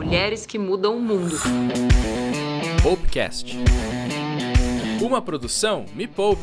Mulheres que Mudam o Mundo. Poupecast. Uma produção Me Poupe.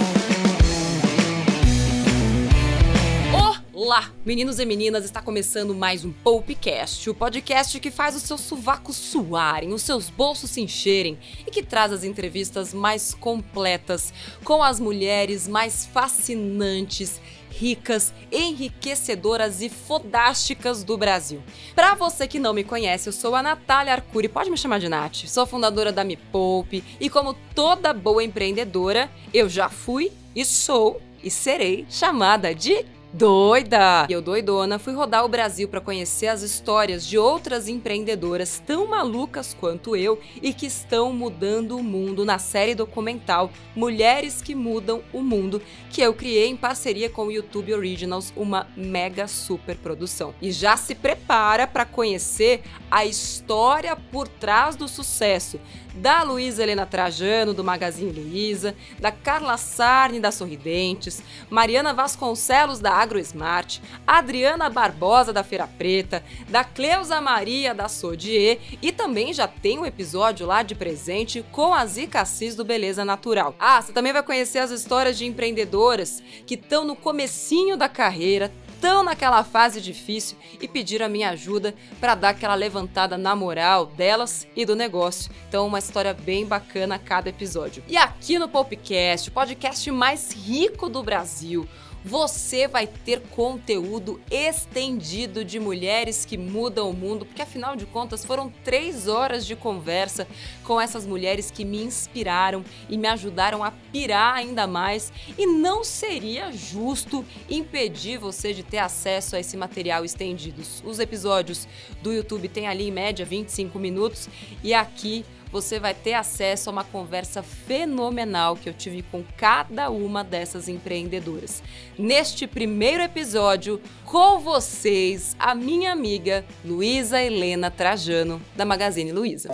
Olá, meninos e meninas, está começando mais um Poupecast, o podcast que faz os seus sovacos suarem, os seus bolsos se encherem e que traz as entrevistas mais completas com as mulheres mais fascinantes, ricas, enriquecedoras e fodásticas do Brasil. Pra você que não me conhece, eu sou a Natália Arcuri, pode me chamar de Nath, sou fundadora da Me Poupe e como toda boa empreendedora, eu já fui e sou e serei chamada de doida! Eu, doidona, fui rodar o Brasil para conhecer as histórias de outras empreendedoras tão malucas quanto eu e que estão mudando o mundo na série documental Mulheres que Mudam o Mundo, que eu criei em parceria com o YouTube Originals, uma mega super produção. E já se prepara para conhecer a história por trás do sucesso da Luísa Helena Trajano, do Magazine Luiza, da Carla Sarni, da Sorridentes, Mariana Vasconcelos, da AgroSmart, Adriana Barbosa, da Feira Preta, da Cleusa Maria, da Sodier, e também já tem um episódio lá de presente com a Zica Assis, do Beleza Natural. Ah, você também vai conhecer as histórias de empreendedoras que estão no comecinho da carreira, estão naquela fase difícil e pediram a minha ajuda para dar aquela levantada na moral delas e do negócio. Então, uma história bem bacana a cada episódio. E aqui no Poupecast, o podcast mais rico do Brasil, você vai ter conteúdo estendido de mulheres que mudam o mundo, porque afinal de contas foram 3 horas de conversa com essas mulheres que me inspiraram e me ajudaram a pirar ainda mais, e não seria justo impedir você de ter acesso a esse material estendido. Os episódios do YouTube têm ali em média 25 minutos e aqui você vai ter acesso a uma conversa fenomenal que eu tive com cada uma dessas empreendedoras. Neste primeiro episódio, com vocês, a minha amiga Luísa Helena Trajano, da Magazine Luiza.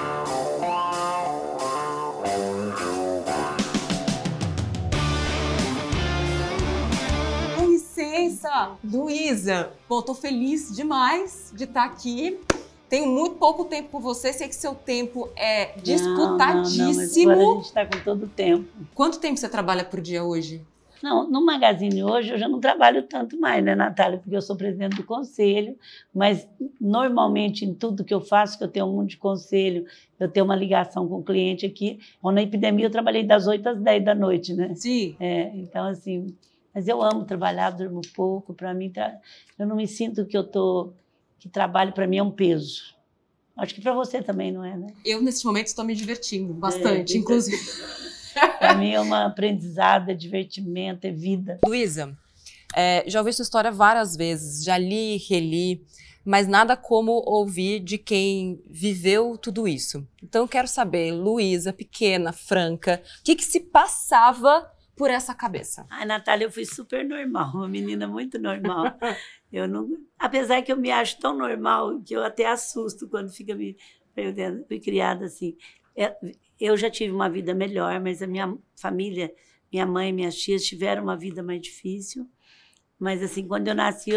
Com licença, Luísa. Bom, tô feliz demais de estar aqui. Tenho muito pouco tempo com você, sei que seu tempo é disputadíssimo. Não, mas agora a gente está com todo o tempo. Quanto tempo você trabalha por dia hoje? Não, no Magazine hoje eu já não trabalho tanto mais, né, Natália? Porque eu sou presidente do conselho, mas normalmente em tudo que eu faço, que eu tenho um monte de conselho, eu tenho uma ligação com o cliente aqui. Bom, na epidemia eu trabalhei das 8 às 10 da noite, né? Sim. Então, assim, mas eu amo trabalhar, durmo pouco. Para mim, eu não me sinto que trabalho para mim é um peso. Acho que para você também, não é, né? Eu, nesse momento, estou me divertindo bastante, inclusive. Para mim é um aprendizado, é divertimento, é vida. Luísa, já ouvi sua história várias vezes, já li, reli, mas nada como ouvir de quem viveu tudo isso. Então eu quero saber, Luísa, pequena, franca, o que se passava por essa cabeça? Ai, Natália, eu fui super normal, uma menina muito normal. Eu não, apesar que eu me acho tão normal que eu até assusto quando fica me perdendo. Fui criada assim. Eu já tive uma vida melhor, mas a minha família, minha mãe e minhas tias tiveram uma vida mais difícil. Mas assim, quando eu nasci,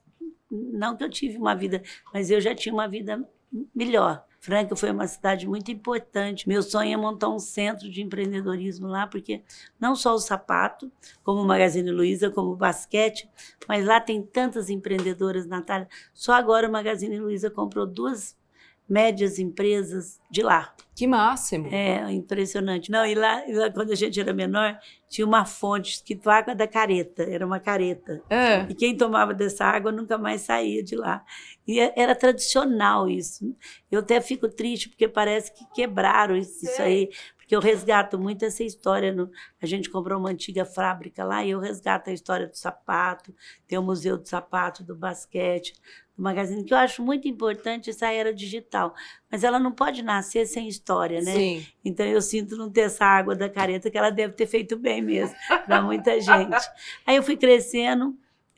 não que eu tive uma vida, mas eu já tinha uma vida melhor. Franca foi uma cidade muito importante. Meu sonho é montar um centro de empreendedorismo lá, porque não só o sapato, como o Magazine Luiza, como o basquete, mas lá tem tantas empreendedoras, Natália. Só agora o Magazine Luiza comprou 2 médias empresas de lá. Que máximo! É impressionante. Não, e lá, quando a gente era menor, tinha uma fonte escrito água da careta, era uma careta. E quem tomava dessa água nunca mais saía de lá. E era tradicional isso. Eu até fico triste, porque parece que quebraram isso aí, porque eu resgato muito essa história. A gente comprou uma antiga fábrica lá e eu resgato a história do sapato, tem o Museu do Sapato, do basquete, do Magazine, que eu acho muito importante essa era digital. Mas ela não pode nascer sem história, né? Sim. Então eu sinto não ter essa água da careta, que ela deve ter feito bem mesmo para muita gente. Aí eu fui crescendo.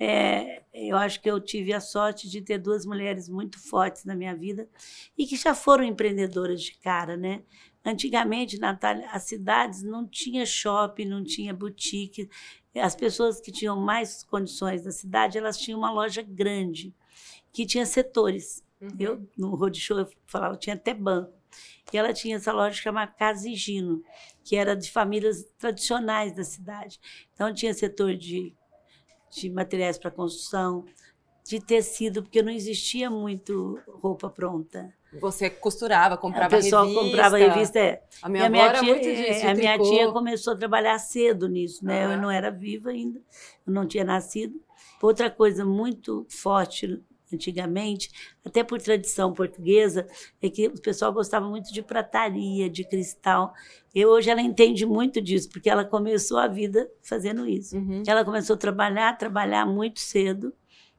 Eu acho que eu tive a sorte de ter 2 mulheres muito fortes na minha vida e que já foram empreendedoras de cara, né? Antigamente, Natália, as cidades não tinha shopping, não tinha boutique. As pessoas que tinham mais condições da cidade, elas tinham uma loja grande, que tinha setores. Eu, no roadshow, eu falava, tinha até banco. E ela tinha essa loja chamada Casa Higino, que era de famílias tradicionais da cidade. Então, tinha setor de materiais para construção, de tecido, porque não existia muito roupa pronta. Você costurava, comprava revista. O pessoal comprava revista, A minha avó era muito disso. A minha tia começou a trabalhar cedo nisso, né? Eu não era viva ainda, eu não tinha nascido. Outra coisa muito forte antigamente, até por tradição portuguesa, é que o pessoal gostava muito de prataria, de cristal. Hoje ela entende muito disso, porque ela começou a vida fazendo isso. Ela começou a trabalhar muito cedo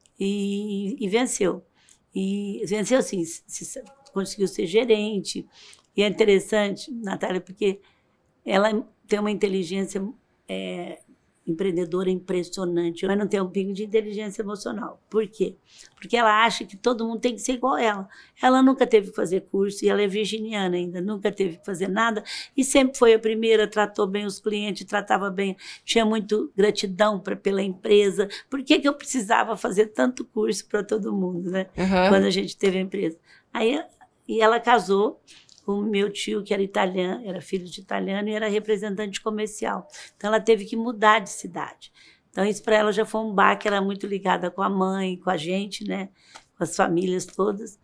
e venceu. E venceu, assim, conseguiu ser gerente. E é interessante, Natália, porque ela tem uma inteligência empreendedora impressionante, mas não tem um pingo de inteligência emocional. Por quê? Porque ela acha que todo mundo tem que ser igual a ela. Ela nunca teve que fazer curso, e ela é virginiana ainda, nunca teve que fazer nada, e sempre foi a primeira, tratou bem os clientes, tratava bem, tinha muito gratidão pela empresa. Por que eu precisava fazer tanto curso para todo mundo, né? Quando a gente teve a empresa. E ela casou com o meu tio, que era italiano, era filho de italiano e era representante comercial. Então, ela teve que mudar de cidade. Então, isso para ela já foi um baque, ela era muito ligada com a mãe, com a gente, né? Com as famílias todas.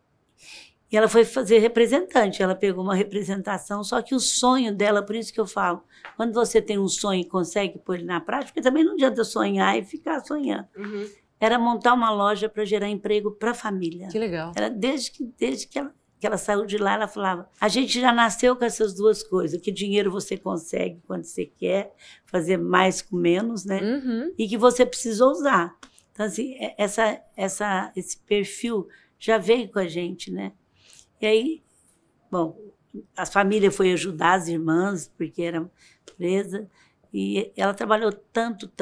E ela foi fazer representante, ela pegou uma representação, só que o sonho dela, por isso que eu falo, quando você tem um sonho e consegue pôr ele na prática, porque também não adianta sonhar e ficar sonhando. Era montar uma loja para gerar emprego para a família. Que legal. Era desde que ela saiu de lá, ela falava, a gente já nasceu com essas duas coisas, que dinheiro você consegue quando você quer, fazer mais com menos, né? E que você precisa usar. Então, assim, esse perfil já veio com a gente, né? E aí, bom, a família foi ajudar as irmãs, porque era presa, e ela trabalhou tanto,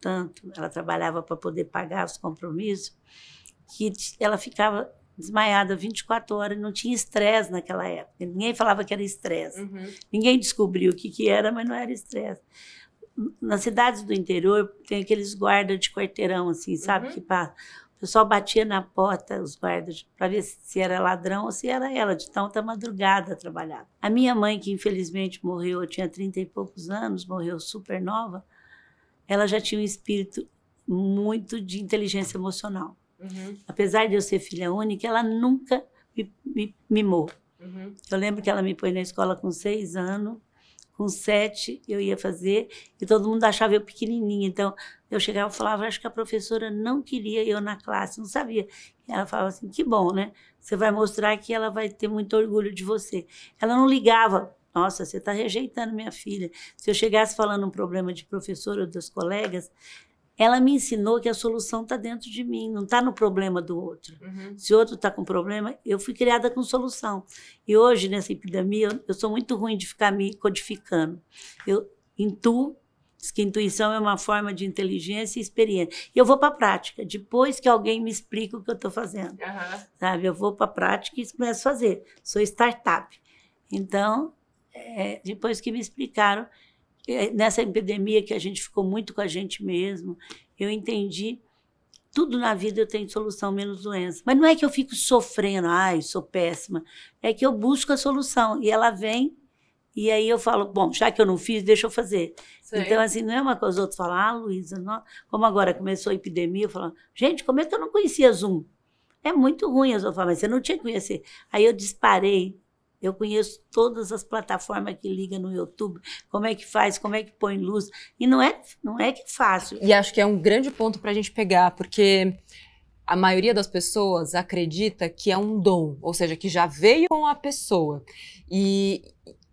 ela trabalhava para poder pagar os compromissos, que ela ficava desmaiada 24 horas, não tinha estresse naquela época. Ninguém falava que era estresse. Ninguém descobriu o que era, mas não era estresse. Nas cidades do interior, tem aqueles guardas de quarteirão, assim, sabe? Que passa. O pessoal batia na porta, os guardas, para ver se era ladrão ou se era ela, de tanta madrugada trabalhava. A minha mãe, que infelizmente morreu, eu tinha 30 e poucos anos, morreu super nova, ela já tinha um espírito muito de inteligência emocional. Apesar de eu ser filha única, ela nunca me mimou. Eu lembro que ela me pôs na escola com 6 anos, com 7 eu ia fazer, e todo mundo achava eu pequenininha. Então, eu chegava e falava, acho que a professora não queria eu na classe, não sabia. E ela falava assim, que bom, né? Você vai mostrar que ela vai ter muito orgulho de você. Ela não ligava. Nossa, você está rejeitando minha filha. Se eu chegasse falando um problema de professora ou dos colegas, ela me ensinou que a solução está dentro de mim, não está no problema do outro. Se o outro está com problema, eu fui criada com solução. E hoje, nessa epidemia, eu sou muito ruim de ficar me codificando. Eu intuo, diz que intuição é uma forma de inteligência e experiência. E eu vou para a prática, depois que alguém me explica o que eu estou fazendo. Sabe? Eu vou para a prática e começo a fazer. Sou startup. Então, depois que me explicaram, nessa epidemia que a gente ficou muito com a gente mesmo, eu entendi, tudo na vida eu tenho solução, menos doença. Mas não é que eu fico sofrendo, sou péssima, é que eu busco a solução, e ela vem, e aí eu falo, bom, já que eu não fiz, deixa eu fazer. Então, assim, não é uma coisa, os outros falam, Luísa, como agora começou a epidemia, eu falo, gente, como é que eu não conhecia Zoom? É muito ruim, eu falo, mas você não tinha que conhecer. Aí eu disparei. Eu conheço todas as plataformas que ligam no YouTube, como é que faz, como é que põe luz. E não é que é fácil. E acho que é um grande ponto para a gente pegar, porque a maioria das pessoas acredita que é um dom, ou seja, que já veio com a pessoa. E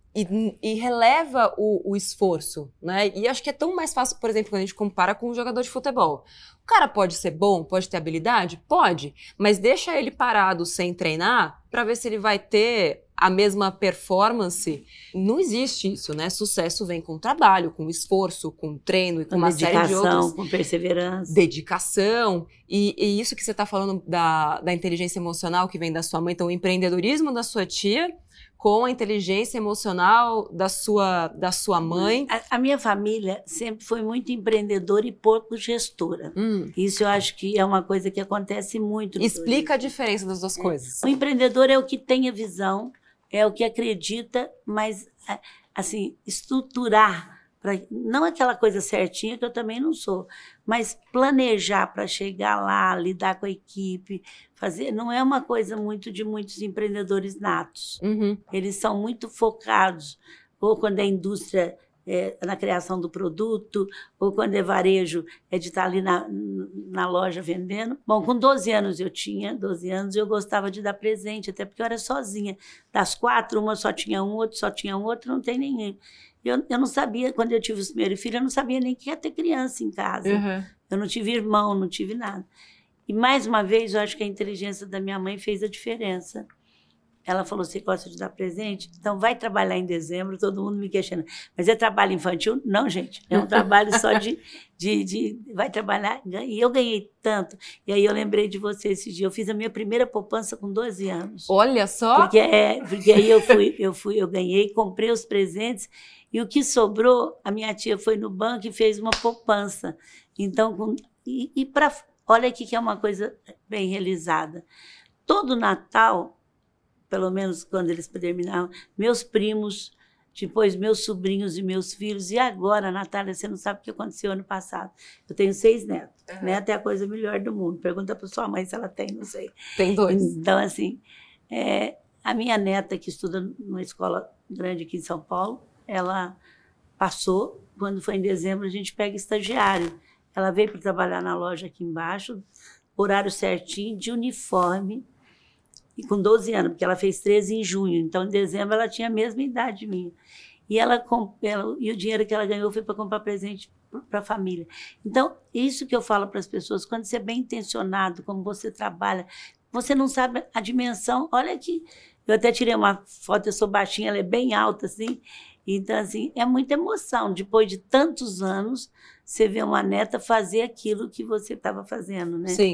releva o esforço, né? E acho que é tão mais fácil, por exemplo, quando a gente compara com um jogador de futebol. O cara pode ser bom, pode ter habilidade? Pode, mas deixa ele parado sem treinar para ver se ele vai ter a mesma performance. Não existe isso, né? Sucesso vem com trabalho, com esforço, com treino e com uma série de outros. Dedicação, com perseverança. Dedicação. E isso que você está falando da inteligência emocional que vem da sua mãe, então o empreendedorismo da sua tia, com a inteligência emocional da sua mãe. A minha família sempre foi muito empreendedora e pouco gestora. Isso eu acho que é uma coisa que acontece muito. Explica a diferença das duas coisas. O empreendedor é o que tem a visão, é o que acredita, mas, assim, estruturar, não aquela coisa certinha, que eu também não sou, mas planejar para chegar lá, lidar com a equipe, fazer, não é uma coisa muito de muitos empreendedores natos. Eles são muito focados, ou quando é indústria, na criação do produto, ou quando é varejo, é de estar ali na loja vendendo. Bom, com 12 anos eu gostava de dar presente, até porque eu era sozinha. Das 4, uma só tinha um, outro só tinha um, outro não tem ninguém. Eu não sabia, quando eu tive os primeiros filhos, eu não sabia nem que ia ter criança em casa. Eu não tive irmão, não tive nada. E, mais uma vez, eu acho que a inteligência da minha mãe fez a diferença. Ela falou, você gosta de dar presente? Então, vai trabalhar em dezembro, todo mundo me questiona. Mas é trabalho infantil? Não, gente. É um trabalho só vai trabalhar. E eu ganhei tanto. E aí eu lembrei de você esse dia. Eu fiz a minha primeira poupança com 12 anos. Olha só! Porque aí eu ganhei, comprei os presentes. E o que sobrou, a minha tia foi no banco e fez uma poupança. Então, olha aqui que é uma coisa bem realizada. Todo Natal, pelo menos quando eles terminavam, meus primos, depois meus sobrinhos e meus filhos, e agora, Natália, você não sabe o que aconteceu ano passado. Eu tenho 6 netos. Neto é a coisa melhor do mundo. Pergunta para sua mãe se ela tem, não sei. Tem 2. Então, assim, a minha neta, que estuda numa escola grande aqui em São Paulo, ela passou, quando foi em dezembro, a gente pega estagiário. Ela veio para trabalhar na loja aqui embaixo, horário certinho, de uniforme, e com 12 anos, porque ela fez 13 em junho, então em dezembro ela tinha a mesma idade minha. E o dinheiro que ela ganhou foi para comprar presente para a família. Então, isso que eu falo para as pessoas, quando você é bem intencionado, como você trabalha, você não sabe a dimensão. Olha aqui, eu até tirei uma foto, eu sou baixinha, ela é bem alta, assim. Então, assim, é muita emoção. Depois de tantos anos, você vê uma neta fazer aquilo que você estava fazendo, né? Sim.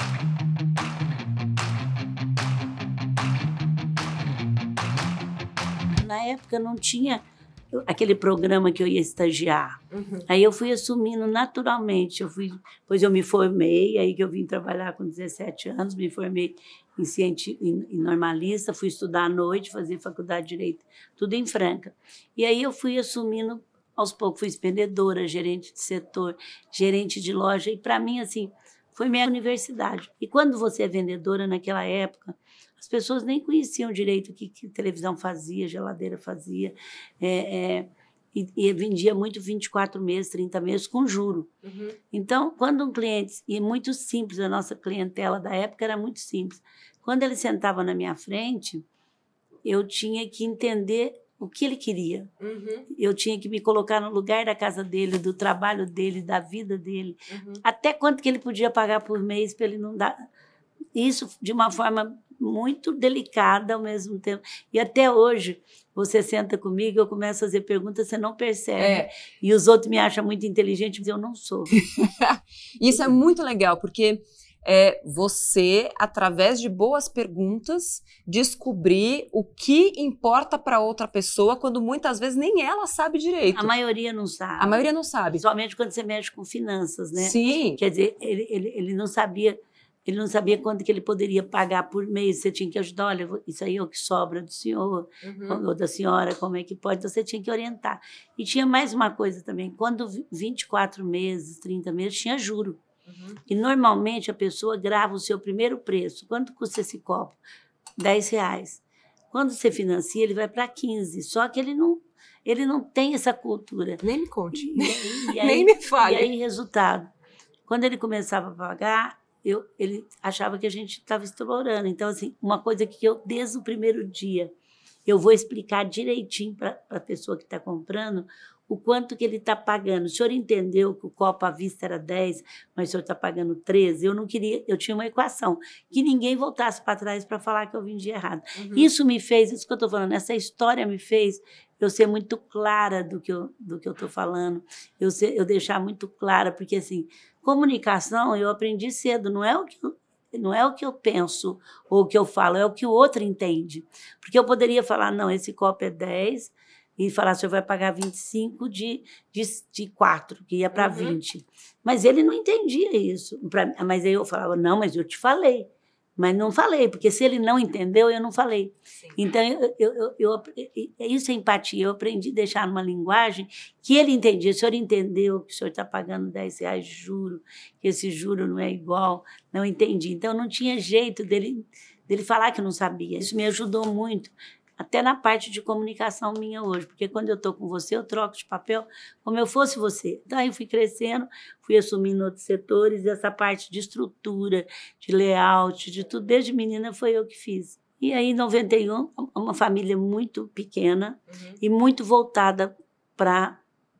Na época não tinha aquele programa que eu ia estagiar. Aí eu fui assumindo naturalmente. Depois eu me formei, aí que eu vim trabalhar com 17 anos, me formei em normalista, fui estudar à noite, fazer faculdade de Direito, tudo em Franca. E aí eu fui assumindo, aos poucos, fui vendedora, gerente de setor, gerente de loja, e para mim, assim, foi minha universidade. E quando você é vendedora, naquela época, as pessoas nem conheciam direito o que televisão fazia, geladeira fazia, e vendia muito 24 meses, 30 meses com juro. Então, quando um cliente, e muito simples, a nossa clientela da época era muito simples, quando ele sentava na minha frente, eu tinha que entender o que ele queria. Eu tinha que me colocar no lugar da casa dele, do trabalho dele, da vida dele, até quanto que ele podia pagar por mês para ele não dar. Isso de uma forma muito delicada ao mesmo tempo. E até hoje, você senta comigo, eu começo a fazer perguntas, você não percebe. E os outros me acham muito inteligente, mas eu não sou. Isso é muito legal, porque você, através de boas perguntas, descobrir o que importa para outra pessoa, quando muitas vezes nem ela sabe direito. A maioria não sabe. A maioria não sabe. Principalmente quando você mexe com finanças, né? Sim. Quer dizer, ele não sabia. Ele não sabia quanto que ele poderia pagar por mês. Você tinha que ajudar. Olha, isso aí é o que sobra do senhor ou da senhora, como é que pode? Então, você tinha que orientar. E tinha mais uma coisa também. Quando 24 meses, 30 meses, tinha juro. E, normalmente, a pessoa grava o seu primeiro preço. Quanto custa esse copo? R$10. Quando você financia, ele vai para 15. Só que ele não tem essa cultura. Nem me conte. E aí, nem me fale. E aí, resultado. Quando ele começava a pagar, ele achava que a gente estava explorando. Então, assim, uma coisa que eu, desde o primeiro dia, eu vou explicar direitinho para a pessoa que está comprando o quanto que ele está pagando. O senhor entendeu que o copo à vista era 10, mas o senhor está pagando 13? Eu não queria, eu tinha uma equação, que ninguém voltasse para trás para falar que eu vendia errado. Isso me fez, isso que eu estou falando, essa história me fez eu ser muito clara do que eu estou falando, eu deixar muito clara, porque, assim, comunicação eu aprendi cedo, não é o que não é o que eu penso ou o que eu falo, é o que o outro entende. Porque eu poderia falar, não, esse copo é 10 e falar, o senhor vai pagar 25 de 4, que ia para 20. Mas ele não entendia isso. Mas aí eu falava, não, mas eu te falei. Mas não falei, porque se ele não entendeu, eu não falei. Sim. Então, isso é empatia. Eu aprendi a deixar numa linguagem que ele entendia. O senhor entendeu que o senhor está pagando R$10 de juro, que esse juro não é igual. Não entendi. Então, não tinha jeito dele falar que não sabia. Isso me ajudou muito, até na parte de comunicação minha hoje, porque quando eu estou com você, eu troco de papel como eu fosse você. Então, aí eu fui crescendo, fui assumindo outros setores, e essa parte de estrutura, de layout, de tudo, desde menina foi eu que fiz. E aí, em 91, uma família muito pequena e muito voltada para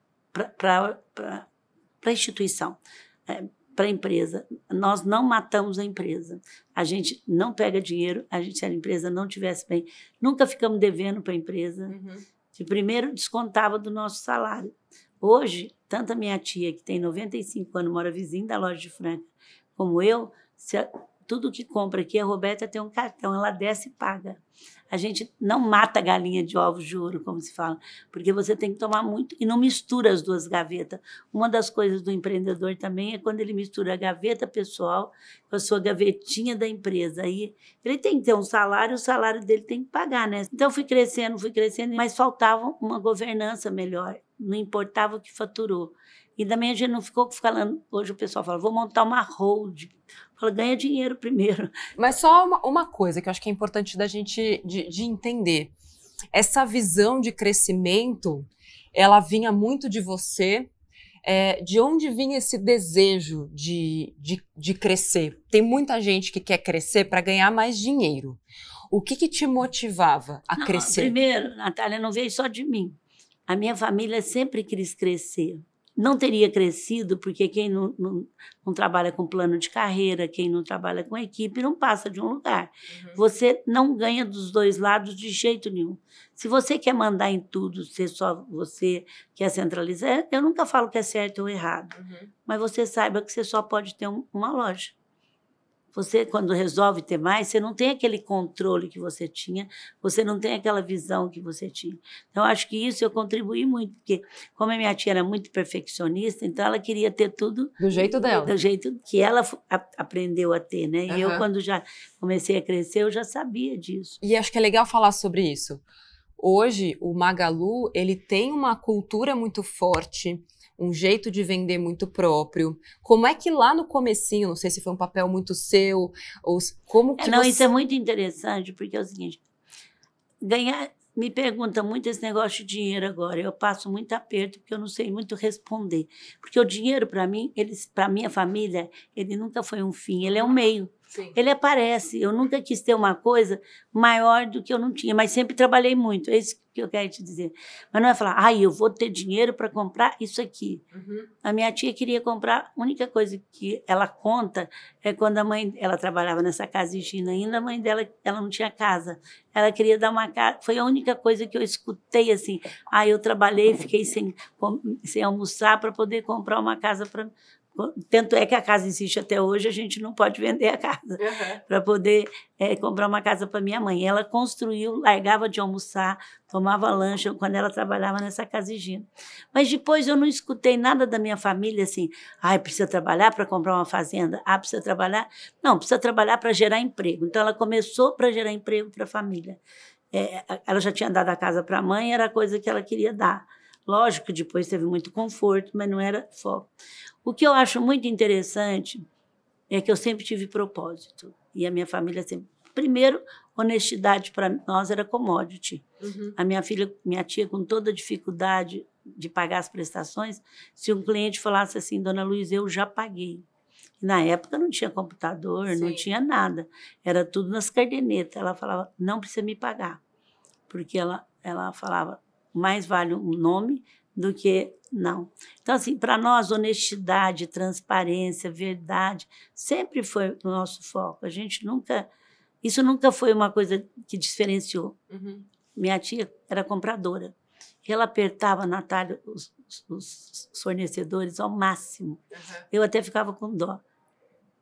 a instituição, para a empresa. Nós não matamos a empresa. A gente não pega dinheiro, se a empresa não estivesse bem, nunca ficamos devendo para a empresa. De primeiro, descontava do nosso salário. Hoje, tanto a minha tia, que tem 95 anos, mora vizinha da loja de Franca, como eu, tudo que compra aqui, a Roberta tem um cartão, ela desce e paga. A gente não mata galinha de ovos de ouro, como se fala, porque você tem que tomar muito e não mistura as duas gavetas. Uma das coisas do empreendedor também é quando ele mistura a gaveta pessoal com a sua gavetinha da empresa. Aí ele tem que ter um salário, o salário dele tem que pagar, né? Então fui crescendo, mas faltava uma governança melhor, não importava o que faturou. E também a gente não ficou falando, hoje o pessoal fala, vou montar uma hold. Fala, ganha dinheiro primeiro. Mas só uma coisa que eu acho que é importante da gente de entender. Essa visão de crescimento, ela vinha muito de você. De onde vinha esse desejo de crescer? Tem muita gente que quer crescer para ganhar mais dinheiro. O que te motivava a crescer? Primeiro, Natália, não veio só de mim. A minha família sempre quis crescer. Não teria crescido porque quem não trabalha com plano de carreira, quem não trabalha com equipe, não passa de um lugar. Você não ganha dos dois lados de jeito nenhum. Se você quer mandar em tudo, ser só você quer centralizar, eu nunca falo que é certo ou errado, mas você saiba que você só pode ter uma loja. Você, quando resolve ter mais, você não tem aquele controle que você tinha, você não tem aquela visão que você tinha. Então, acho que isso eu contribuí muito, porque como a minha tia era muito perfeccionista, então ela queria ter tudo... Do jeito dela. Do jeito que ela aprendeu a ter, né? E eu, quando já comecei a crescer, eu já sabia disso. E acho que é legal falar sobre isso. Hoje, o Magalu, ele tem uma cultura muito forte, um jeito de vender muito próprio. Como é que lá no comecinho, não sei se foi um papel muito seu, ou como que Isso é muito interessante, porque é o seguinte, me pergunta muito esse negócio de dinheiro agora, eu passo muito aperto, porque eu não sei muito responder. Porque o dinheiro, para mim, para minha família, ele nunca foi um fim, ele é um meio. Sim. Ele aparece. Eu nunca quis ter uma coisa maior do que eu não tinha, mas sempre trabalhei muito. É isso que eu quero te dizer. Mas não é falar, eu vou ter dinheiro para comprar isso aqui. A minha tia queria comprar, a única coisa que ela conta é quando ela trabalhava nessa casa de China ainda, a mãe dela, ela não tinha casa. Ela queria dar uma casa, foi a única coisa que eu escutei assim. Eu trabalhei, fiquei sem almoçar para poder comprar uma casa para... Tanto é que a casa existe até hoje, a gente não pode vender a casa para poder comprar uma casa para minha mãe. Ela construiu, largava de almoçar, tomava lanche quando ela trabalhava nessa casigina. Mas depois eu não escutei nada da minha família assim, precisa trabalhar para comprar uma fazenda? Precisa trabalhar? Não, precisa trabalhar para gerar emprego. Então ela começou para gerar emprego para a família. Ela já tinha dado a casa para a mãe, era a coisa que ela queria dar. Lógico que depois teve muito conforto, mas não era foco. O que eu acho muito interessante é que eu sempre tive propósito. E a minha família sempre... Primeiro, honestidade para nós era commodity. A minha tia, com toda dificuldade de pagar as prestações, se um cliente falasse assim, Dona Luiz, eu já paguei. Na época não tinha computador, Sim. não tinha nada. Era tudo nas cadernetas. Ela falava, não precisa me pagar. Porque ela falava, mais vale um nome do que não. Então, assim, para nós, honestidade, transparência, verdade, sempre foi o nosso foco. A gente nunca... Isso nunca foi uma coisa que diferenciou. Minha tia era compradora. Ela apertava, Natália, os fornecedores ao máximo. Eu até ficava com dó.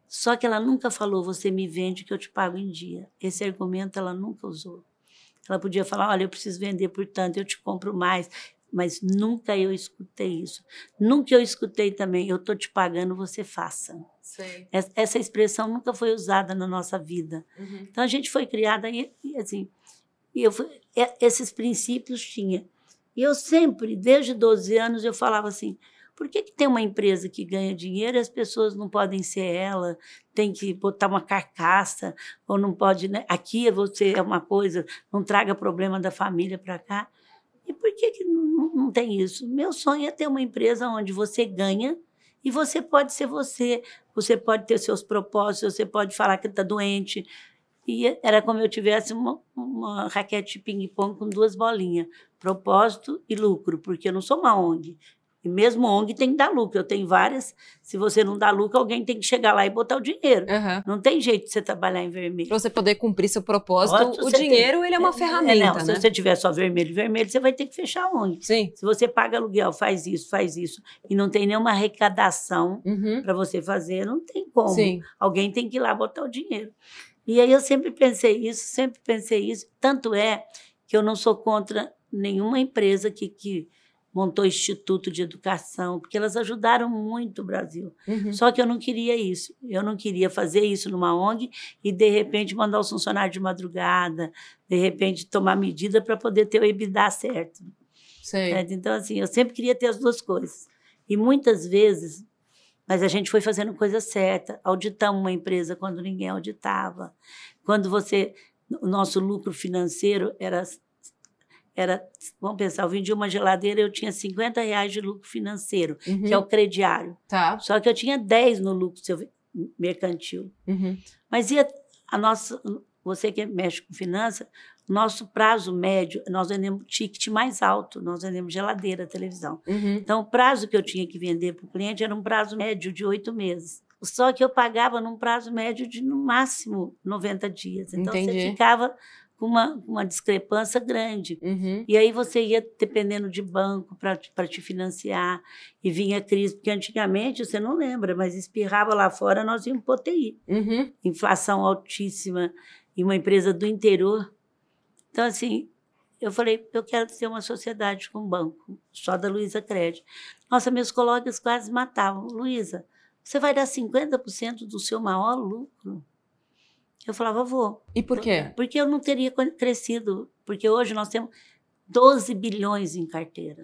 Só que ela nunca falou, você me vende que eu te pago em dia. Esse argumento ela nunca usou. Ela podia falar, olha, eu preciso vender por tanto, eu te compro mais. Mas nunca eu escutei isso. Nunca eu escutei também, eu estou te pagando, você faça. Sei. Essa expressão nunca foi usada na nossa vida. Uhum. Então, a gente foi criada e assim, esses princípios tinha. E eu sempre, desde 12 anos, eu falava assim, por que tem uma empresa que ganha dinheiro e as pessoas não podem ser ela, tem que botar uma carcaça, ou não pode, né? Aqui você é uma coisa, não traga problema da família para cá. E por que não tem isso? Meu sonho é ter uma empresa onde você ganha e você pode ser você pode ter seus propósitos, você pode falar que está doente. E era como eu tivesse uma raquete de ping-pong com 2 bolinhas, propósito e lucro, porque eu não sou uma ONG. E mesmo ONG tem que dar lucro. Eu tenho várias. Se você não dá lucro, alguém tem que chegar lá e botar o dinheiro. Uhum. Não tem jeito de você trabalhar em vermelho. Para você poder cumprir seu propósito, o dinheiro ele é uma ferramenta, né? Se você tiver só vermelho, você vai ter que fechar a ONG. Sim. Se você paga aluguel, faz isso, e não tem nenhuma arrecadação para você fazer, não tem como. Sim. Alguém tem que ir lá botar o dinheiro. E aí eu sempre pensei isso. Tanto é que eu não sou contra nenhuma empresa que montou instituto de educação, porque elas ajudaram muito o Brasil. Uhum. Só que eu não queria isso. Eu não queria fazer isso numa ONG e, de repente, mandar os funcionários de madrugada, de repente, tomar medida para poder ter o EBITDA certo. Sei. Então, assim, eu sempre queria ter as 2 coisas. E muitas vezes, mas a gente foi fazendo coisa certa. Auditamos uma empresa quando ninguém auditava. Quando o nosso lucro financeiro era, vamos pensar, eu vendi uma geladeira, eu tinha R$50 de lucro financeiro, que é o crediário. Tá. Só que eu tinha 10 no lucro mercantil. Uhum. Mas você que mexe com finanças, nosso prazo médio, nós vendemos ticket mais alto, nós vendemos geladeira, televisão. Uhum. Então, o prazo que eu tinha que vender para o cliente era um prazo médio de 8 meses. Só que eu pagava num prazo médio de, no máximo, 90 dias. Então, Entendi. você ficava com uma discrepância grande. Uhum. E aí você ia dependendo de banco para te financiar, e vinha crise, porque antigamente, você não lembra, mas espirrava lá fora, nós íamos para UTI. Uhum. Inflação altíssima, e uma empresa do interior. Então, assim, eu falei, eu quero ter uma sociedade com banco, só da Luizacred. Nossa, meus colegas quase matavam. Luísa, você vai dar 50% do seu maior lucro? Eu falava, vou. E por quê? Porque eu não teria crescido. Porque hoje nós temos 12 bilhões em carteira.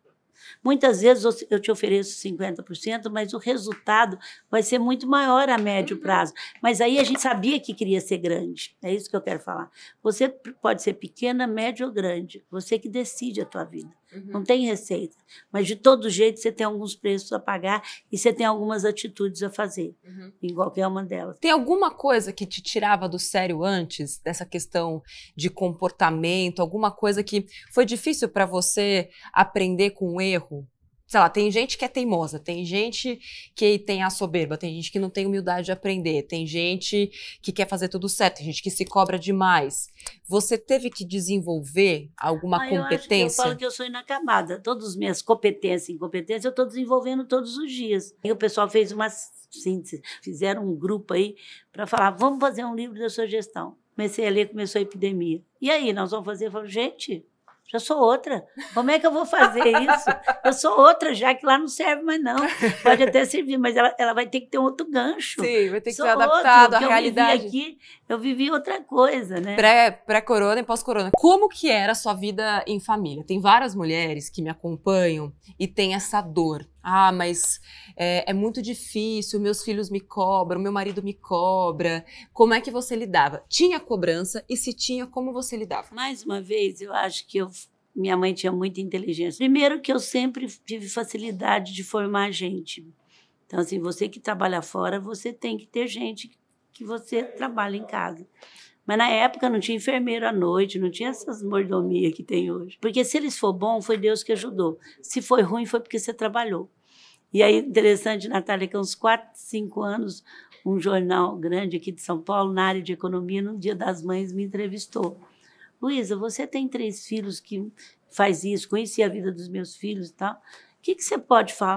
Muitas vezes eu te ofereço 50%, mas o resultado vai ser muito maior a médio prazo. Mas aí a gente sabia que queria ser grande. É isso que eu quero falar. Você pode ser pequena, média ou grande. Você que decide a tua vida. Não tem receita. Mas, de todo jeito, você tem alguns preços a pagar e você tem algumas atitudes a fazer, em qualquer uma delas. Tem alguma coisa que te tirava do sério antes, dessa questão de comportamento? Alguma coisa que foi difícil para você aprender com o erro? Sei lá, tem gente que é teimosa, tem gente que tem a soberba, tem gente que não tem humildade de aprender, tem gente que quer fazer tudo certo, tem gente que se cobra demais. Você teve que desenvolver alguma competência? Eu falo que eu sou inacabada. Todas as minhas competências e incompetências eu estou desenvolvendo todos os dias. E o pessoal fez uma síntese, fizeram um grupo aí para falar, vamos fazer um livro da sua gestão. Comecei a ler, começou a epidemia. E aí, nós vamos fazer? Eu falo, gente... Já sou outra. Como é que eu vou fazer isso? Eu sou outra, já que lá não serve mais, não. Pode até servir, mas ela vai ter que ter um outro gancho. Sim, vai ter que ser adaptado à realidade. Eu vivi outra coisa, né? Pré-corona e pós-corona. Como que era a sua vida em família? Tem várias mulheres que me acompanham e tem essa dor. Ah, mas é muito difícil, meus filhos me cobram, meu marido me cobra. Como é que você lidava? Tinha cobrança e se tinha, como você lidava? Mais uma vez, eu acho que minha mãe tinha muita inteligência. Primeiro que eu sempre tive facilidade de formar gente. Então, assim, você que trabalha fora, você tem que ter gente que você trabalha em casa. Mas na época não tinha enfermeiro à noite, não tinha essas mordomias que tem hoje. Porque se eles for bom, foi Deus que ajudou. Se foi ruim, foi porque você trabalhou. E aí, interessante, Natália, que há uns 4, 5 anos, um jornal grande aqui de São Paulo, na área de economia, no Dia das Mães, me entrevistou. Luísa, você tem 3 filhos que faz isso, conheci a vida dos meus filhos e tal. O que você pode falar?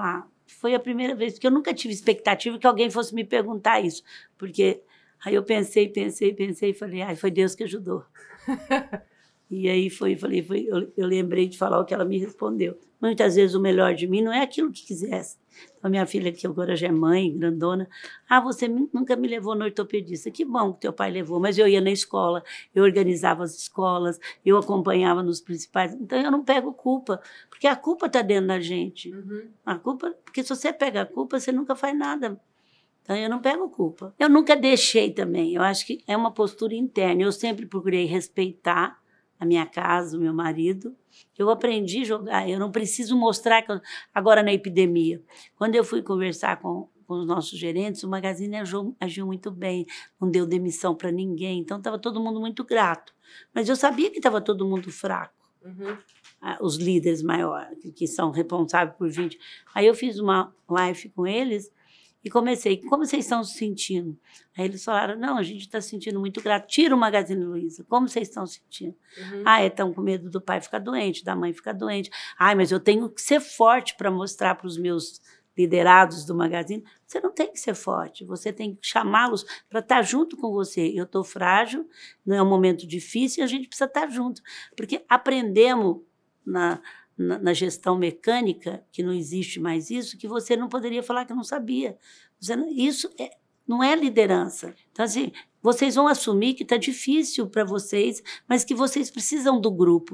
foi a primeira vez, porque eu nunca tive expectativa que alguém fosse me perguntar isso, porque aí eu pensei e falei, foi Deus que ajudou. E aí eu lembrei de falar o que ela me respondeu. Muitas vezes o melhor de mim não é aquilo que quisesse. Então, a minha filha, que agora já é mãe, grandona, você nunca me levou no ortopedista. Que bom que teu pai levou, mas eu ia na escola, eu organizava as escolas, eu acompanhava nos principais. Então, eu não pego culpa, porque a culpa está dentro da gente. A culpa, porque se você pega a culpa, você nunca faz nada. Então, eu não pego culpa. Eu nunca deixei também, eu acho que é uma postura interna. Eu sempre procurei respeitar a minha casa, o meu marido. Eu aprendi a jogar, eu não preciso mostrar que agora na epidemia. Quando eu fui conversar com os nossos gerentes, o Magazine agiu muito bem, não deu demissão para ninguém, então estava todo mundo muito grato. Mas eu sabia que estava todo mundo fraco. Os líderes maiores, que são responsáveis por 20. Aí eu fiz uma live com eles e comecei, como vocês estão se sentindo? Aí eles falaram, não, a gente está se sentindo muito grato. Tira o Magazine Luiza, como vocês estão se sentindo? Estão com medo do pai ficar doente, da mãe ficar doente. Mas eu tenho que ser forte para mostrar para os meus liderados do Magazine. Você não tem que ser forte, você tem que chamá-los para estar junto com você. Eu estou frágil, não é um momento difícil, e a gente precisa estar junto. Porque aprendemos na gestão mecânica, que não existe mais isso, que você não poderia falar que não sabia. Isso não é liderança. Então, assim, vocês vão assumir que está difícil para vocês, mas que vocês precisam do grupo.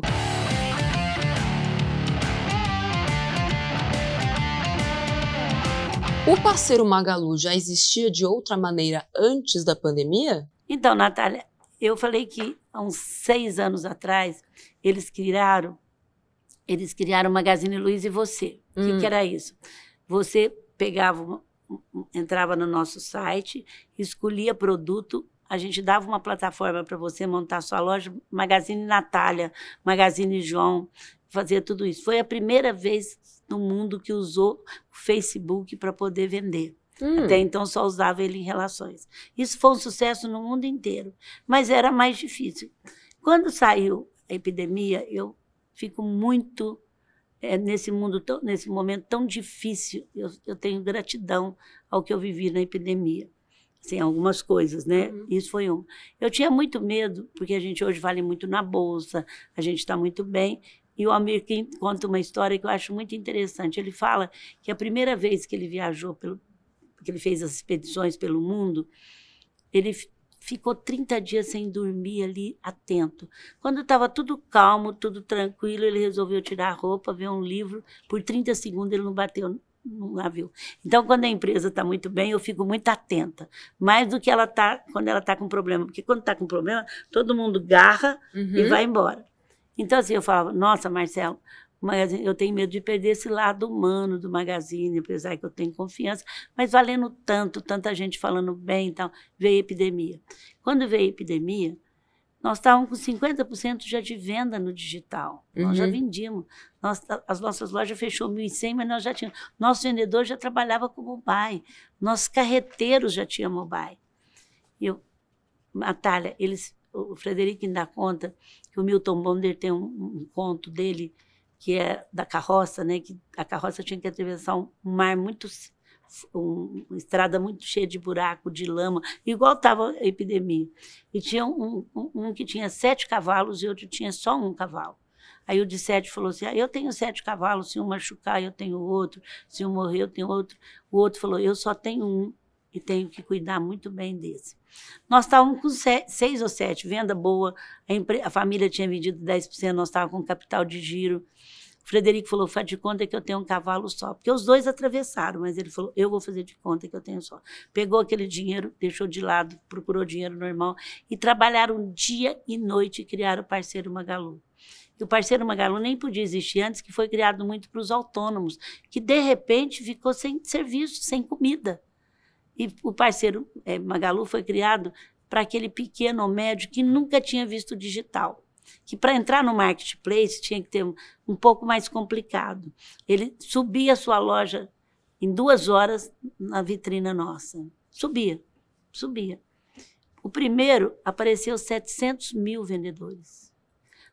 O parceiro Magalu já existia de outra maneira antes da pandemia? Então, Natália, eu falei que há uns 6 anos atrás, eles criaram o Magazine Luiza e Você. O que era isso? Você entrava no nosso site, escolhia produto, a gente dava uma plataforma para você montar sua loja, Magazine Natália, Magazine João, fazia tudo isso. Foi a primeira vez no mundo que usou o Facebook para poder vender. Até então só usava ele em relações. Isso foi um sucesso no mundo inteiro, mas era mais difícil. Quando saiu a epidemia, eu fico muito nesse momento tão difícil. Eu tenho gratidão ao que eu vivi na epidemia. Assim, algumas coisas, né? Isso foi um. Eu tinha muito medo, porque a gente hoje vale muito na bolsa, a gente está muito bem. E o Amir Kim conta uma história que eu acho muito interessante. Ele fala que a primeira vez que ele viajou, que ele fez as expedições pelo mundo, ele ficou 30 dias sem dormir ali, atento. Quando estava tudo calmo, tudo tranquilo, ele resolveu tirar a roupa, ver um livro. Por 30 segundos ele não bateu no navio. Então, quando a empresa está muito bem, eu fico muito atenta. Mais do que quando ela está com problema. Porque quando está com problema, todo mundo garra e vai embora. Então, assim, eu falava, nossa, Marcelo, eu tenho medo de perder esse lado humano do Magazine, apesar que eu tenho confiança, mas valendo tanto, tanta gente falando bem e tal, veio a epidemia. Quando veio a epidemia, nós estávamos com 50% já de venda no digital. Nós já vendíamos. As nossas lojas fechou 1.100, mas nós já tínhamos. Nosso vendedor já trabalhava com mobile. Nossos carreteiros já tinham mobile. Natália, o Frederico ainda conta que o Milton Bonder tem um conto dele, que é da carroça, né? Que a carroça tinha que atravessar um mar uma estrada muito cheia de buraco, de lama, igual estava a epidemia. E tinha um que tinha 7 cavalos e outro tinha só 1 cavalo. Aí o de 7 falou assim, eu tenho 7 cavalos, se um machucar eu tenho outro, se um morrer eu tenho outro. O outro falou, eu só tenho 1 e tenho que cuidar muito bem desse. Nós estávamos com 6 ou 7, venda boa, a família tinha vendido 10%, nós estávamos com capital de giro. O Frederico falou, faz de conta que eu tenho 1 cavalo só, porque os 2 atravessaram, mas ele falou, eu vou fazer de conta que eu tenho só. Pegou aquele dinheiro, deixou de lado, procurou dinheiro normal e trabalharam dia e noite e criaram o Parceiro Magalu. E o Parceiro Magalu nem podia existir antes, que foi criado muito para os autônomos, que de repente ficou sem serviço, sem comida. E o Parceiro Magalu foi criado para aquele pequeno ou médio que nunca tinha visto digital, que para entrar no marketplace tinha que ter um pouco mais complicado. Ele subia a sua loja em 2 horas na vitrina nossa. Subia. O primeiro apareceu 700 mil vendedores.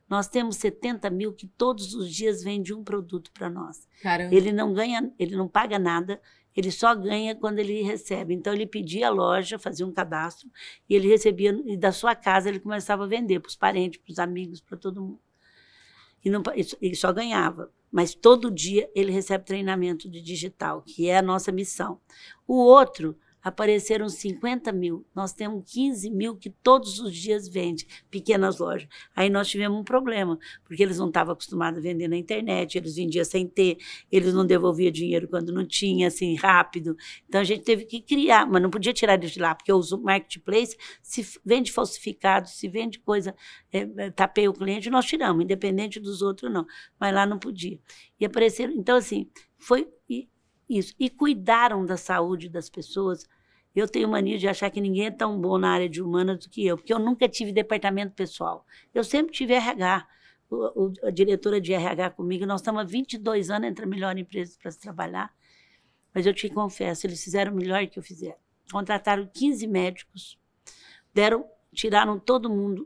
Nós temos 70 mil que todos os dias vende um produto para nós. Caramba. Ele não ganha, ele não paga nada, ele só ganha quando ele recebe. Então, ele pedia a loja, fazia um cadastro, e ele recebia, e da sua casa ele começava a vender para os parentes, para os amigos, para todo mundo. E não, ele só ganhava. Mas todo dia ele recebe treinamento de digital, que é a nossa missão. O outro, apareceram 50 mil. Nós temos 15 mil que todos os dias vende, pequenas lojas. Aí nós tivemos um problema, porque eles não estavam acostumados a vender na internet, eles vendiam sem ter, eles não devolviam dinheiro quando não tinha, assim, rápido. Então a gente teve que criar, mas não podia tirar eles de lá, porque o marketplace, se vende falsificado, se vende coisa, tapeia o cliente, nós tiramos, independente dos outros não. Mas lá não podia. E apareceram, então assim, foi isso. E cuidaram da saúde das pessoas. Eu tenho mania de achar que ninguém é tão bom na área de humanas do que eu, porque eu nunca tive departamento pessoal. Eu sempre tive RH. A diretora de RH comigo, nós estamos há 22 anos entre a melhor empresa para se trabalhar, mas eu te confesso, eles fizeram melhor que eu fizeram. Contrataram 15 médicos, tiraram todo mundo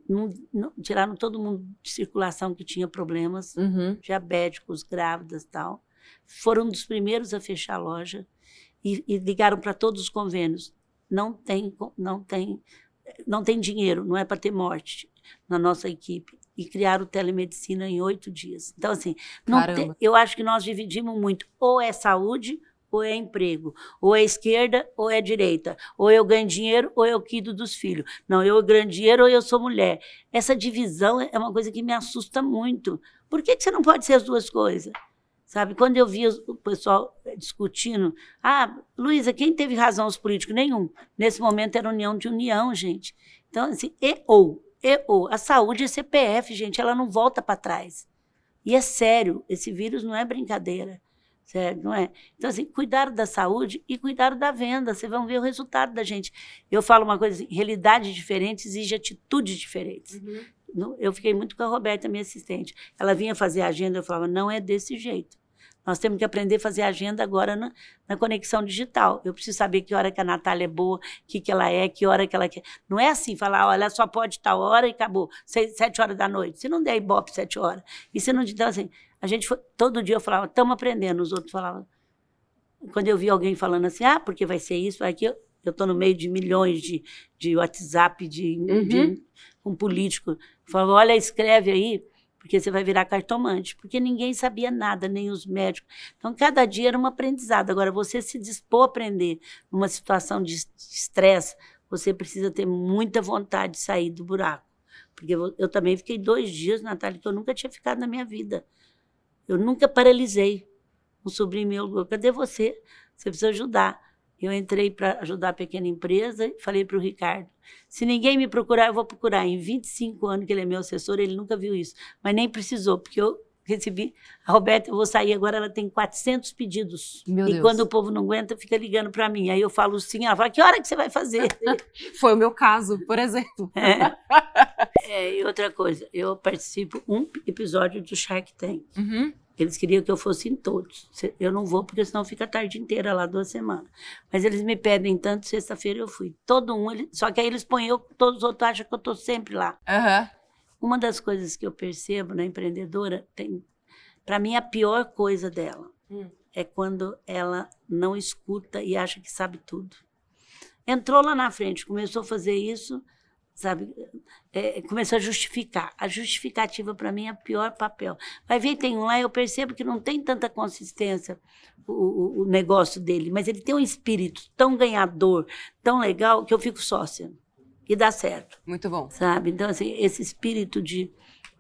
de circulação que tinha problemas, diabéticos, grávidas e tal. Foram um dos primeiros a fechar a loja e ligaram para todos os convênios. Não tem dinheiro, não é para ter morte na nossa equipe. E criaram telemedicina em 8 dias. Então, assim, eu acho que nós dividimos muito. Ou é saúde, ou é emprego. Ou é esquerda, ou é direita. Ou eu ganho dinheiro, ou eu cuido dos filhos. Não, eu ganho dinheiro, ou eu sou mulher. Essa divisão é uma coisa que me assusta muito. Por que você não pode ser as duas coisas? Sabe, quando eu via o pessoal discutindo, Luísa, quem teve razão os políticos? Nenhum. Nesse momento era união de união, gente. Então, assim, a saúde é CPF, gente, ela não volta para trás. E é sério, esse vírus não é brincadeira, sério, não é? Então, assim, cuidaram da saúde e cuidaram da venda, vocês vão ver o resultado da gente. Eu falo uma coisa assim, realidade diferente exige atitudes diferentes. Eu fiquei muito com a Roberta, minha assistente. Ela vinha fazer a agenda, eu falava, não é desse jeito. Nós temos que aprender a fazer agenda agora na conexão digital. Eu preciso saber que hora que a Natália é boa, que ela é, que hora que ela quer. Não é assim, falar, olha, ela só pode tal hora e acabou, 7 horas da noite. Se não der ibope 7 horas. E se não... Então, assim, todo dia eu falava, estamos aprendendo. Os outros falavam. Quando eu vi alguém falando assim, porque vai ser isso, vai aquilo. Eu estou no meio de milhões de WhatsApp, de um político. Eu falava, olha, escreve aí, porque você vai virar cartomante. Porque ninguém sabia nada, nem os médicos. Então, cada dia era um aprendizado. Agora, você se dispor a aprender numa situação de estresse, você precisa ter muita vontade de sair do buraco. Porque eu também fiquei 2 dias, Natália, que eu nunca tinha ficado na minha vida. Eu nunca paralisei. Um sobrinho meu, cadê você? Você precisa ajudar. Eu entrei para ajudar a pequena empresa e falei para o Ricardo, se ninguém me procurar, eu vou procurar. Em 25 anos que ele é meu assessor, ele nunca viu isso. Mas nem precisou, porque eu recebi... A Roberta, eu vou sair agora, ela tem 400 pedidos. Meu Deus. Quando o povo não aguenta, fica ligando para mim. Aí eu falo sim, ela fala, que hora que você vai fazer? Foi o meu caso, por exemplo. E outra coisa, eu participo um episódio do Shark Tank. Eles queriam que eu fosse em todos. Eu não vou, porque senão fica a tarde inteira lá, 2 semanas. Mas eles me pedem tanto, sexta-feira eu fui. Todo um, só que aí eles põem todos os outros acham que eu estou sempre lá. Uma das coisas que eu percebo na empreendedora, para mim a pior coisa dela é quando ela não escuta e acha que sabe tudo. Entrou lá na frente, começou a fazer isso, sabe, começou a justificar. A justificativa, para mim, é o pior papel. Vai ver, tem um lá, eu percebo que não tem tanta consistência o negócio dele, mas ele tem um espírito tão ganhador, tão legal, que eu fico sócia. E dá certo. Muito bom. Sabe? Então, assim, esse espírito de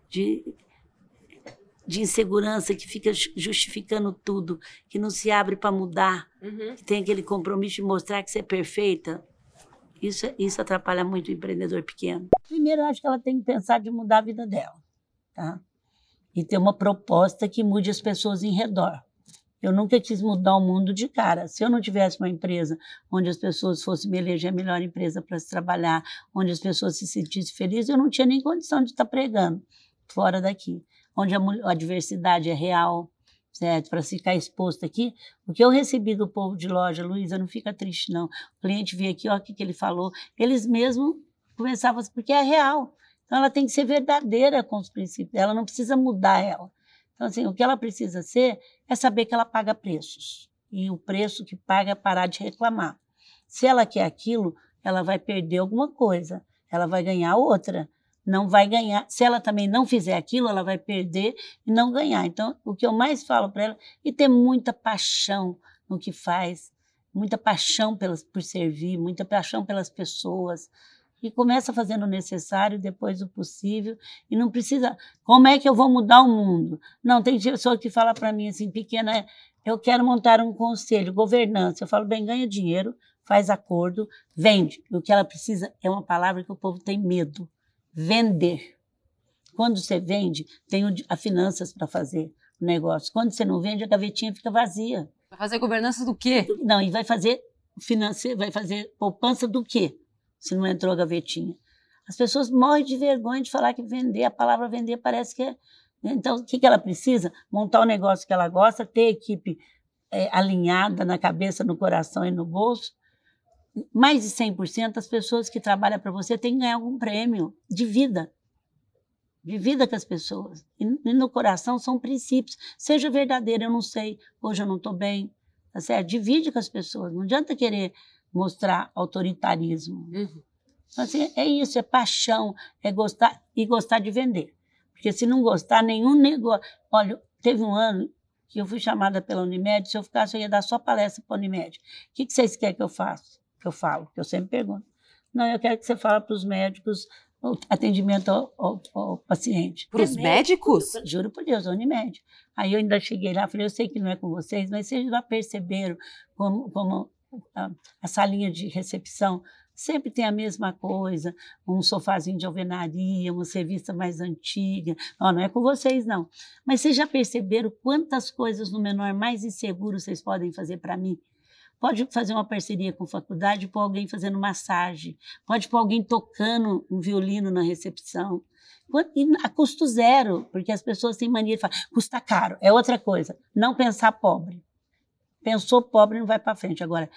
insegurança que fica justificando tudo, que não se abre para mudar, que tem aquele compromisso de mostrar que você é perfeita, isso atrapalha muito o empreendedor pequeno. Primeiro, eu acho que ela tem que pensar de mudar a vida dela, tá? E ter uma proposta que mude as pessoas em redor. Eu nunca quis mudar o mundo de cara. Se eu não tivesse uma empresa onde as pessoas fossem me eleger a melhor empresa para se trabalhar, onde as pessoas se sentissem felizes, eu não tinha nem condição de estar pregando fora daqui. Onde a diversidade é real, certo? Para ficar exposto aqui. O que eu recebi do povo de loja, Luísa, não fica triste, não. O cliente vinha aqui, olha o que ele falou. Eles mesmos conversavam, porque é real. Então, ela tem que ser verdadeira com os princípios, ela não precisa mudar ela. Então, assim, o que ela precisa ser é saber que ela paga preços. E o preço que paga é parar de reclamar. Se ela quer aquilo, ela vai perder alguma coisa, ela vai ganhar outra. Não vai ganhar. Se ela também não fizer aquilo, ela vai perder e não ganhar. Então, o que eu mais falo para ela é ter muita paixão no que faz, muita paixão por servir, muita paixão pelas pessoas. E começa fazendo o necessário, depois o possível. E não precisa... Como é que eu vou mudar o mundo? Não, tem pessoa que fala para mim assim, pequena, eu quero montar um conselho, governança. Eu falo, bem, ganha dinheiro, faz acordo, vende. O que ela precisa é uma palavra que o povo tem medo. Vender. Quando você vende, tem as finanças para fazer o negócio. Quando você não vende, a gavetinha fica vazia. Vai fazer governança do quê? Não, e vai fazer poupança do quê? Se não entrou a gavetinha. As pessoas morrem de vergonha de falar que vender, a palavra vender parece que é... Então, o que ela precisa? Montar o negócio que ela gosta, ter equipe alinhada na cabeça, no coração e no bolso. Mais de 100% das pessoas que trabalham para você têm que ganhar algum prêmio de vida com as pessoas. E no coração são princípios. Seja verdadeiro, eu não sei, hoje eu não estou bem, tá certo? Divide com as pessoas, não adianta querer mostrar autoritarismo. Uhum. Assim, é isso, é paixão, é gostar e gostar de vender. Porque se não gostar, nenhum negócio... Olha, teve um ano que eu fui chamada pela Unimed, se eu ficasse, eu ia dar só palestra para a Unimed. O que vocês querem que eu faça? Que eu falo, que eu sempre pergunto. Não, eu quero que você fale para os médicos o atendimento ao paciente. Para os médicos? Juro por Deus, a Unimed. Aí eu ainda cheguei lá, falei, eu sei que não é com vocês, mas vocês já perceberam como a salinha de recepção sempre tem a mesma coisa, um sofazinho de alvenaria, uma revista mais antiga. Não é com vocês, não. Mas vocês já perceberam quantas coisas no menor mais inseguro vocês podem fazer para mim? Pode fazer uma parceria com a faculdade, pôr alguém fazendo massagem, pode pôr alguém tocando um violino na recepção. E a custo zero, porque as pessoas têm mania de falar, custa caro, é outra coisa. Não pensar pobre. Pensou pobre, não vai para frente. Agora,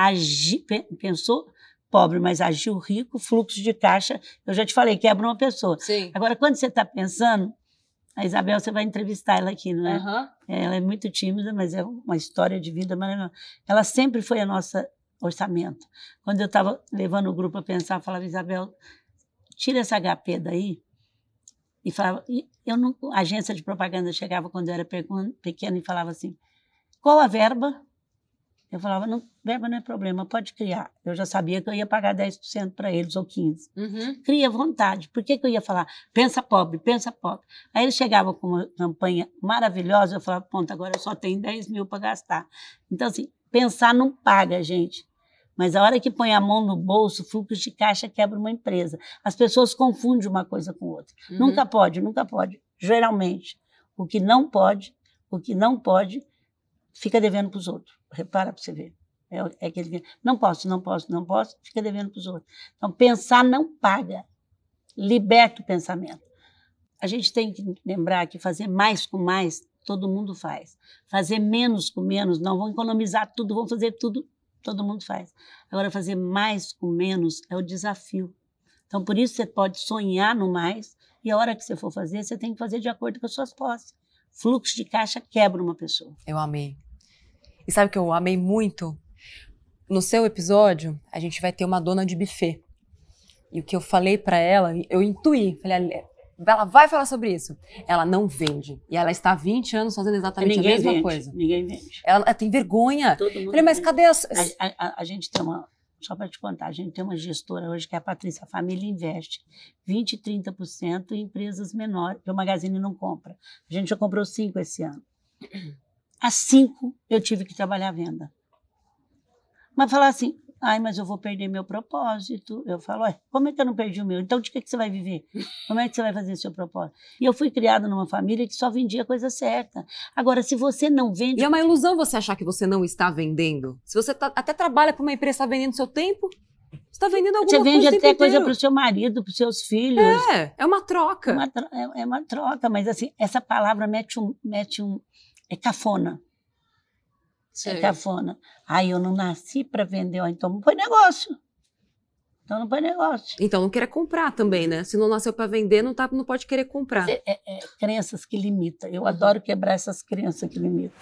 pensou pobre, mas agiu rico, fluxo de caixa, eu já te falei, quebra uma pessoa. Sim. Agora, quando você está pensando, a Isabel, você vai entrevistar ela aqui, não é? Uhum. Ela é muito tímida, mas é uma história de vida maravilhosa. Ela sempre foi a nossa orçamento. Quando eu estava levando o grupo a pensar, eu falava, Isabel, tira essa HP daí. E falava, a agência de propaganda chegava quando eu era pequena e falava assim, qual a verba? Eu falava, não, verba não é problema, pode criar. Eu já sabia que eu ia pagar 10% para eles, ou 15%. Uhum. Cria à vontade. Por que eu ia falar, pensa pobre, pensa pobre? Aí eles chegavam com uma campanha maravilhosa, eu falava, ponto, agora eu só tenho 10 mil para gastar. Então, assim, pensar não paga, gente. Mas a hora que põe a mão no bolso, fluxo de caixa quebra uma empresa. As pessoas confundem uma coisa com outra. Uhum. Nunca pode, nunca pode. Geralmente, o que não pode, fica devendo para os outros. Repara para você ver. É aquele que não posso, fica devendo para os outros. Então, pensar não paga. Liberta o pensamento. A gente tem que lembrar que fazer mais com mais, todo mundo faz. Fazer menos com menos, não, vamos economizar tudo, vamos fazer tudo, todo mundo faz. Agora, fazer mais com menos é o desafio. Então, por isso, você pode sonhar no mais e a hora que você for fazer, você tem que fazer de acordo com as suas posses. Fluxo de caixa quebra uma pessoa. Eu amei. E sabe o que eu amei muito? No seu episódio, a gente vai ter uma dona de buffet. E o que eu falei pra ela, eu intuí. Falei, ela vai falar sobre isso. Ela não vende. E ela está há 20 anos fazendo exatamente a mesma coisa. Ninguém vende. Ela tem vergonha. Todo mundo falei, mas vende. cadê as... A gente tem uma... Só para te contar, a gente tem uma gestora hoje que é a Patrícia. A família investe 20%, 30% em empresas menores, que o Magazine não compra. A gente já comprou 5 esse ano. Às 5 eu tive que trabalhar a venda. Mas falar assim, mas eu vou perder meu propósito. Eu falo, como é que eu não perdi o meu? Então de que você vai viver? Como é que você vai fazer seu propósito? E eu fui criada numa família que só vendia coisa certa. Agora, se você não vende... E é uma ilusão você achar que você não está vendendo. Se você até trabalha para uma empresa, está vendendo seu tempo, você está vendendo alguma coisa. Você vende até coisa para o seu marido, para os seus filhos. É uma troca. É uma troca, mas assim, essa palavra é cafona. Sei. É cafona. Eu não nasci para vender, então não foi negócio. Então não põe negócio. Então não queira comprar também, né? Se não nasceu para vender, não pode querer comprar. Crenças que limitam. Eu adoro quebrar essas crenças que limitam.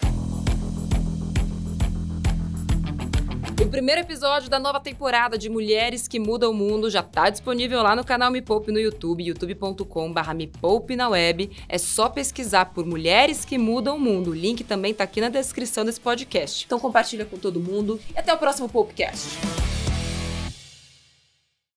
O primeiro episódio da nova temporada de Mulheres que Mudam o Mundo já está disponível lá no canal Me Poupe no YouTube, youtube.com/Me Poupe na web. É só pesquisar por Mulheres que Mudam o Mundo. O link também está aqui na descrição desse podcast. Então compartilha com todo mundo e até o próximo Poupecast.